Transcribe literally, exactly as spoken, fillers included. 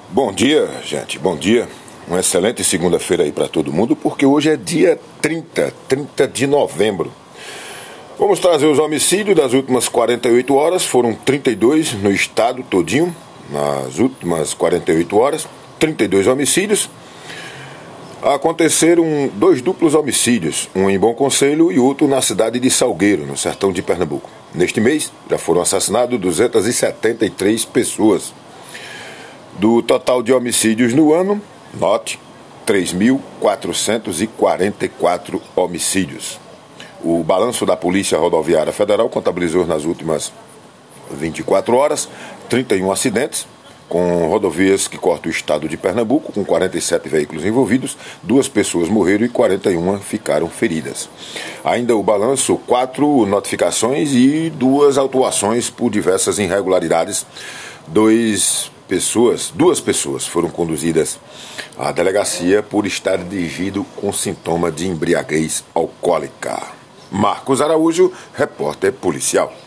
Bom dia, gente, bom dia. Uma excelente segunda-feira aí para todo mundo, porque hoje é dia trinta, trinta de novembro. Vamos trazer os homicídios das últimas quarenta e oito horas, foram trinta e dois no estado todinho, nas últimas quarenta e oito horas, trinta e dois homicídios. Aconteceram dois duplos homicídios, um em Bom Conselho e outro na cidade de Salgueiro, no sertão de Pernambuco. Neste mês, já foram assassinados duzentas e setenta e três pessoas. Do total de homicídios no ano, note, três mil quatrocentos e quarenta e quatro homicídios. O balanço da Polícia Rodoviária Federal contabilizou nas últimas vinte e quatro horas trinta e um acidentes, com rodovias que cortam o estado de Pernambuco, com quarenta e sete veículos envolvidos, duas pessoas morreram e quarenta e uma ficaram feridas. Ainda o balanço, quatro notificações e duas autuações por diversas irregularidades. Dois pessoas, duas pessoas foram conduzidas à delegacia por estar dirigindo com sintoma de embriaguez alcoólica. Marcos Araújo, repórter policial.